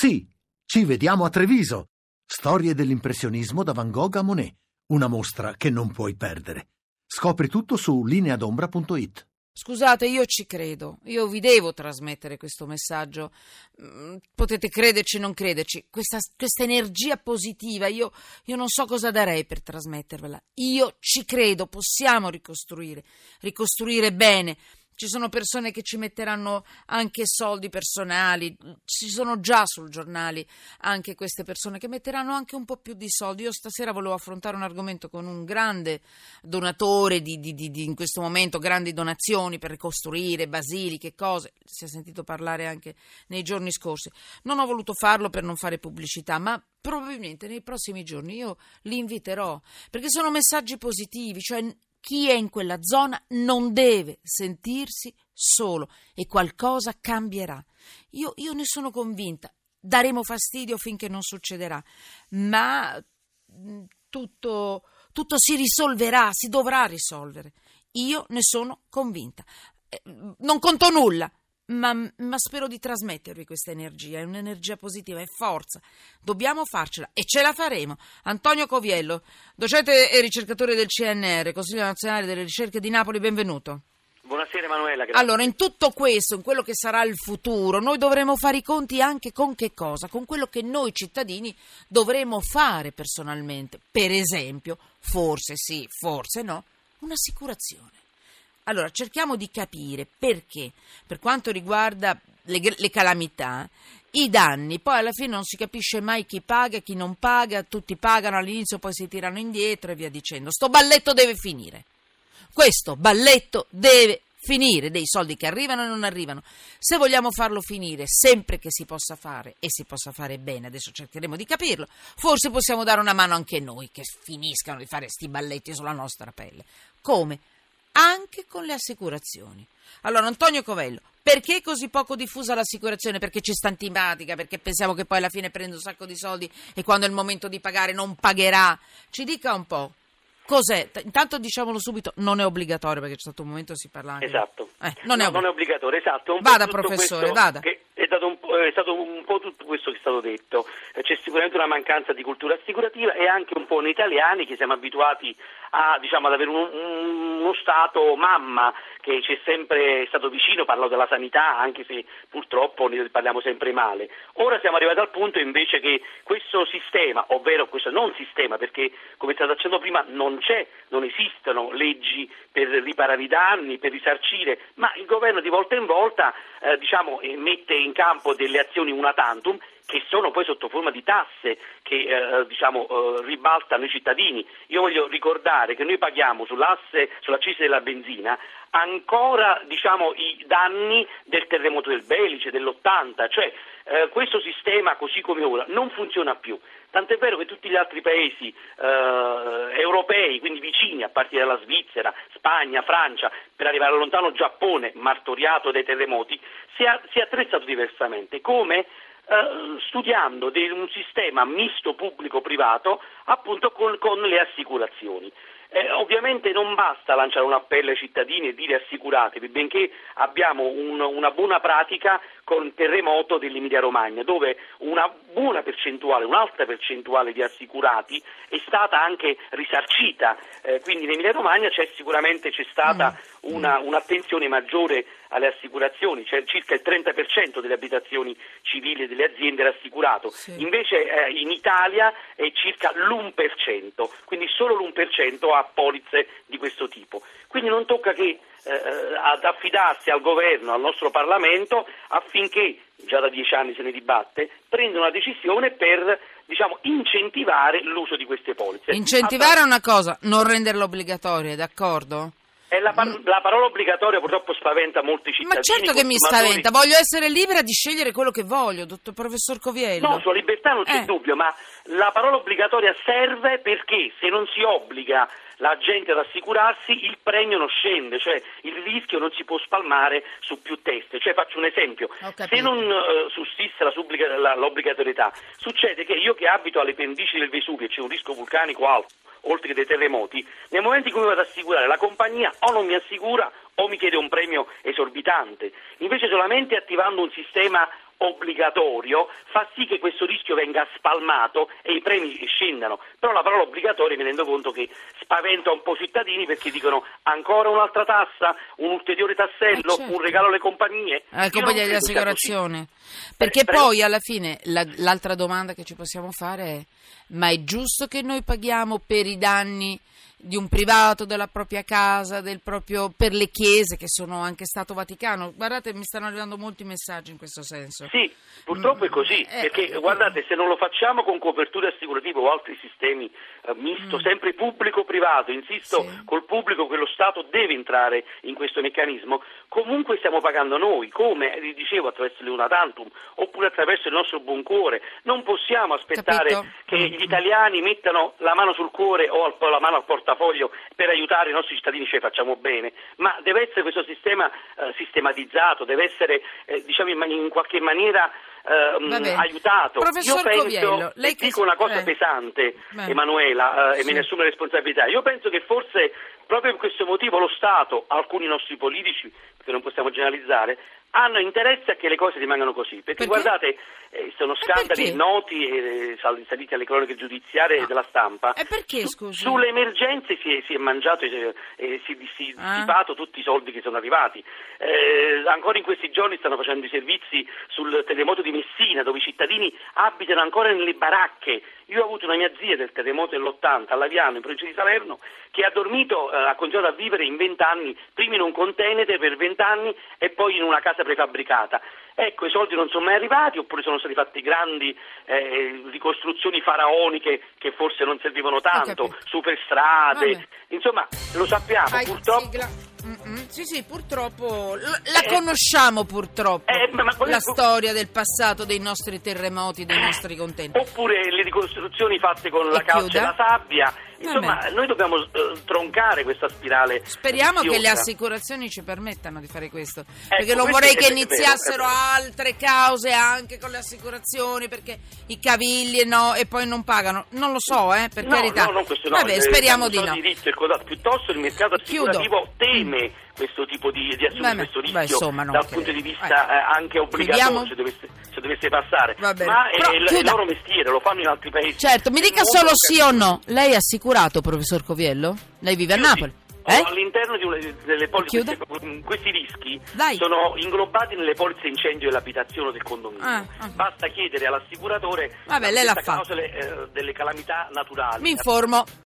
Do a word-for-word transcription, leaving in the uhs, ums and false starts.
Sì, ci vediamo a Treviso. Storie dell'impressionismo da Van Gogh a Monet. Una mostra che non puoi perdere. Scopri tutto su lineadombra punto it. Scusate, io ci credo, io vi devo trasmettere questo messaggio, potete crederci o non crederci, questa, questa energia positiva, io, io non so cosa darei per trasmettervela, io ci credo, possiamo ricostruire, ricostruire bene. Ci sono persone che ci metteranno anche soldi personali, ci sono già sul giornali anche queste persone che metteranno anche un po' più di soldi. Io stasera volevo affrontare un argomento con un grande donatore di, di, di, di in questo momento, grandi donazioni per ricostruire basiliche, cose, si è sentito parlare anche nei giorni scorsi. Non ho voluto farlo per non fare pubblicità, ma probabilmente nei prossimi giorni io li inviterò, perché sono messaggi positivi, cioè chi è in quella zona non deve sentirsi solo e qualcosa cambierà. Io, io ne sono convinta. Daremo fastidio finché non succederà, ma tutto, tutto si risolverà, si dovrà risolvere. Io ne sono convinta. Non conto nulla, ma, ma spero di trasmettervi questa energia. È un'energia positiva, è forza. Dobbiamo farcela e ce la faremo. Antonio Coviello, docente e ricercatore del C N R, Consiglio Nazionale delle Ricerche di Napoli, benvenuto. Buonasera Emanuela, grazie. Allora, in tutto questo, in quello che sarà il futuro, noi dovremo fare i conti anche con che cosa? Con quello che noi cittadini dovremo fare personalmente. Per esempio, forse sì, forse no, un'assicurazione. Allora, cerchiamo di capire perché, per quanto riguarda le, le calamità, i danni, poi alla fine non si capisce mai chi paga e chi non paga, tutti pagano all'inizio, poi si tirano indietro e via dicendo. Sto balletto deve finire. Questo balletto deve finire, dei soldi che arrivano e non arrivano. Se vogliamo farlo finire, sempre che si possa fare, e si possa fare bene, adesso cercheremo di capirlo, forse possiamo dare una mano anche noi, che finiscano di fare sti balletti sulla nostra pelle. Come? Anche con le assicurazioni. Allora, Antonio Coviello, perché è così poco diffusa l'assicurazione? Perché ci sta antipatica, perché pensiamo che poi alla fine prende un sacco di soldi e quando è il momento di pagare non pagherà. Ci dica un po', cos'è? Intanto diciamolo subito, non è obbligatorio, perché c'è stato un momento si parla anche... Esatto. Eh, non, no, è non è obbligatorio, esatto. Un vada, po' tutto professore, questo vada. Che è, stato un po', è stato un po' tutto questo che è stato detto. C'è sicuramente una mancanza di cultura assicurativa e anche un po' noi italiani che siamo abituati a, diciamo, ad avere un, un, uno Stato mamma che ci è sempre stato vicino, parlo della sanità, anche se purtroppo ne parliamo sempre male. Ora siamo arrivati al punto invece che questo sistema, ovvero questo non sistema, perché come è stato accennato prima non c'è, non esistono leggi per riparare i danni, per risarcire, ma il governo di volta in volta eh, diciamo, mette in campo delle azioni una tantum che sono poi sotto forma di tasse che eh, diciamo eh, ribaltano i cittadini. Io voglio ricordare che noi paghiamo sull'asse, sull'accisa della benzina ancora diciamo i danni del terremoto del Belice dell'ottanta, cioè eh, questo sistema così come ora non funziona più. Tant'è vero che tutti gli altri paesi eh, europei, quindi vicini, a partire dalla Svizzera, Spagna, Francia, per arrivare al lontano Giappone, martoriato dai terremoti, si è, si è attrezzato diversamente. Come? Uh, studiando di un sistema misto pubblico-privato appunto con, con le assicurazioni. Eh, ovviamente non basta lanciare un appello ai cittadini e dire assicuratevi, benché abbiamo un, una buona pratica con il terremoto dell'Emilia Romagna, dove una buona percentuale, un'alta percentuale di assicurati è stata anche risarcita, eh, quindi in Emilia Romagna c'è sicuramente c'è stata una, un'attenzione maggiore alle assicurazioni, cioè circa il trenta per cento delle abitazioni civili e delle aziende era assicurato, sì. Invece eh, in Italia è circa l'uno per cento, quindi solo l'uno per cento ha polizze di questo tipo. Quindi non tocca che eh, ad affidarsi al governo, al nostro Parlamento, affinché, già da dieci anni se ne dibatte, prenda una decisione per diciamo incentivare l'uso di queste polizze. Incentivare è una cosa, non renderla obbligatoria, d'accordo? E la, par- la parola obbligatoria purtroppo spaventa molti cittadini. Ma certo che mi spaventa, voglio essere libera di scegliere quello che voglio, dottor professor Coviello. No, sulla libertà non c'è eh. dubbio, ma la parola obbligatoria serve perché se non si obbliga la gente ad assicurarsi il premio non scende, cioè il rischio non si può spalmare su più teste. Cioè faccio un esempio, se non uh, sussiste la subbliga- la, l'obbligatorietà, succede che io che abito alle pendici del Vesuvio e c'è un rischio vulcanico alto, oltre che dei terremoti, nel momento in cui mi vado ad assicurare la compagnia o non mi assicura o mi chiede un premio esorbitante. Invece solamente attivando un sistema obbligatorio fa sì che questo rischio venga spalmato e i premi scendano, però la parola obbligatorio mi rendo conto che spaventa un po' i cittadini, perché dicono ancora un'altra tassa, un ulteriore tassello, eh certo. un regalo alle compagnie, alle compagnie di assicurazione, perché eh, poi alla fine la, l'altra domanda che ci possiamo fare è: ma è giusto che noi paghiamo per i danni di un privato, della propria casa, del proprio, per le chiese che sono anche Stato Vaticano? Guardate, mi stanno arrivando molti messaggi in questo senso. Sì, purtroppo è così, eh, perché eh, guardate, se non lo facciamo con coperture assicurative o altri sistemi eh, misto, mm. sempre pubblico-privato, insisto, sì. col pubblico che lo Stato deve entrare in questo meccanismo, comunque stiamo pagando noi, come vi dicevo, attraverso l'una tantum oppure attraverso il nostro buon cuore. Non possiamo aspettare Capito? che gli italiani mettano la mano sul cuore o al, la mano al portafoglio per aiutare i nostri cittadini, ce ne facciamo bene, ma deve essere questo sistema eh, sistematizzato, deve essere eh, diciamo in, in qualche maniera eh, aiutato. Professor Io penso, Coviello, lei dico una cosa eh. pesante, Beh. Emanuela, eh, sì. e me ne assumo responsabilità. Io penso che forse proprio per questo motivo lo Stato, alcuni nostri politici, perché non possiamo generalizzare, hanno interesse a che le cose rimangano così, perché, perché? guardate, eh, sono scandali noti e eh, saliti alle cronache giudiziarie no. della stampa. E perché, Su, scusi? Sulle emergenze si è, si è mangiato e eh, eh, si è dissipato ah. tutti i soldi che sono arrivati. Eh, ancora in questi giorni stanno facendo i servizi sul terremoto di Messina, dove i cittadini abitano ancora nelle baracche. Io ho avuto una mia zia del terremoto dell'ottanta a Laviano, in provincia di Salerno, che ha dormito, eh, ha continuato a vivere in vent'anni, prima in un container per vent'anni e poi in una casa prefabbricata. Ecco, i soldi non sono mai arrivati, oppure sono stati fatti grandi eh, ricostruzioni faraoniche che forse non servivano tanto, superstrade, Vabbè. insomma, lo sappiamo, Vai, purtroppo. sigla. Sì, sì, purtroppo la eh, conosciamo purtroppo eh, ma, ma la storia del passato dei nostri terremoti, dei nostri contenti. Oppure le ricostruzioni fatte con e la calce e la sabbia. Insomma, Vabbè. noi dobbiamo uh, troncare questa spirale. Speriamo viziosa. Che le assicurazioni ci permettano di fare questo, ecco, perché non vorrei che iniziassero vero, altre cause anche con le assicurazioni, perché i cavilli no, e poi non pagano. Non lo so, eh, per no, carità. No, no, questo no. Vabbè, speriamo di no. Diritto, piuttosto il mercato assicurativo Chiudo. teme mm. questo tipo di, di assumere questo rischio, beh, insomma, dal punto di vista eh, anche obbligatorio, se dovesse, se dovesse passare. Ma è il, il loro mestiere, lo fanno in altri paesi. Certo, mi dica solo sì o no. Lei è assicurato, professor Coviello? Lei vive a Napoli? Sì. Eh? All'interno di una, delle polizze, questi, questi rischi Dai. sono inglobati nelle polizze incendio dell'abitazione o del condominio. Ah, ah. Basta chiedere all'assicuratore Vabbè, lei l'ha fatto. Clausole, eh, delle calamità naturali. Mi informo.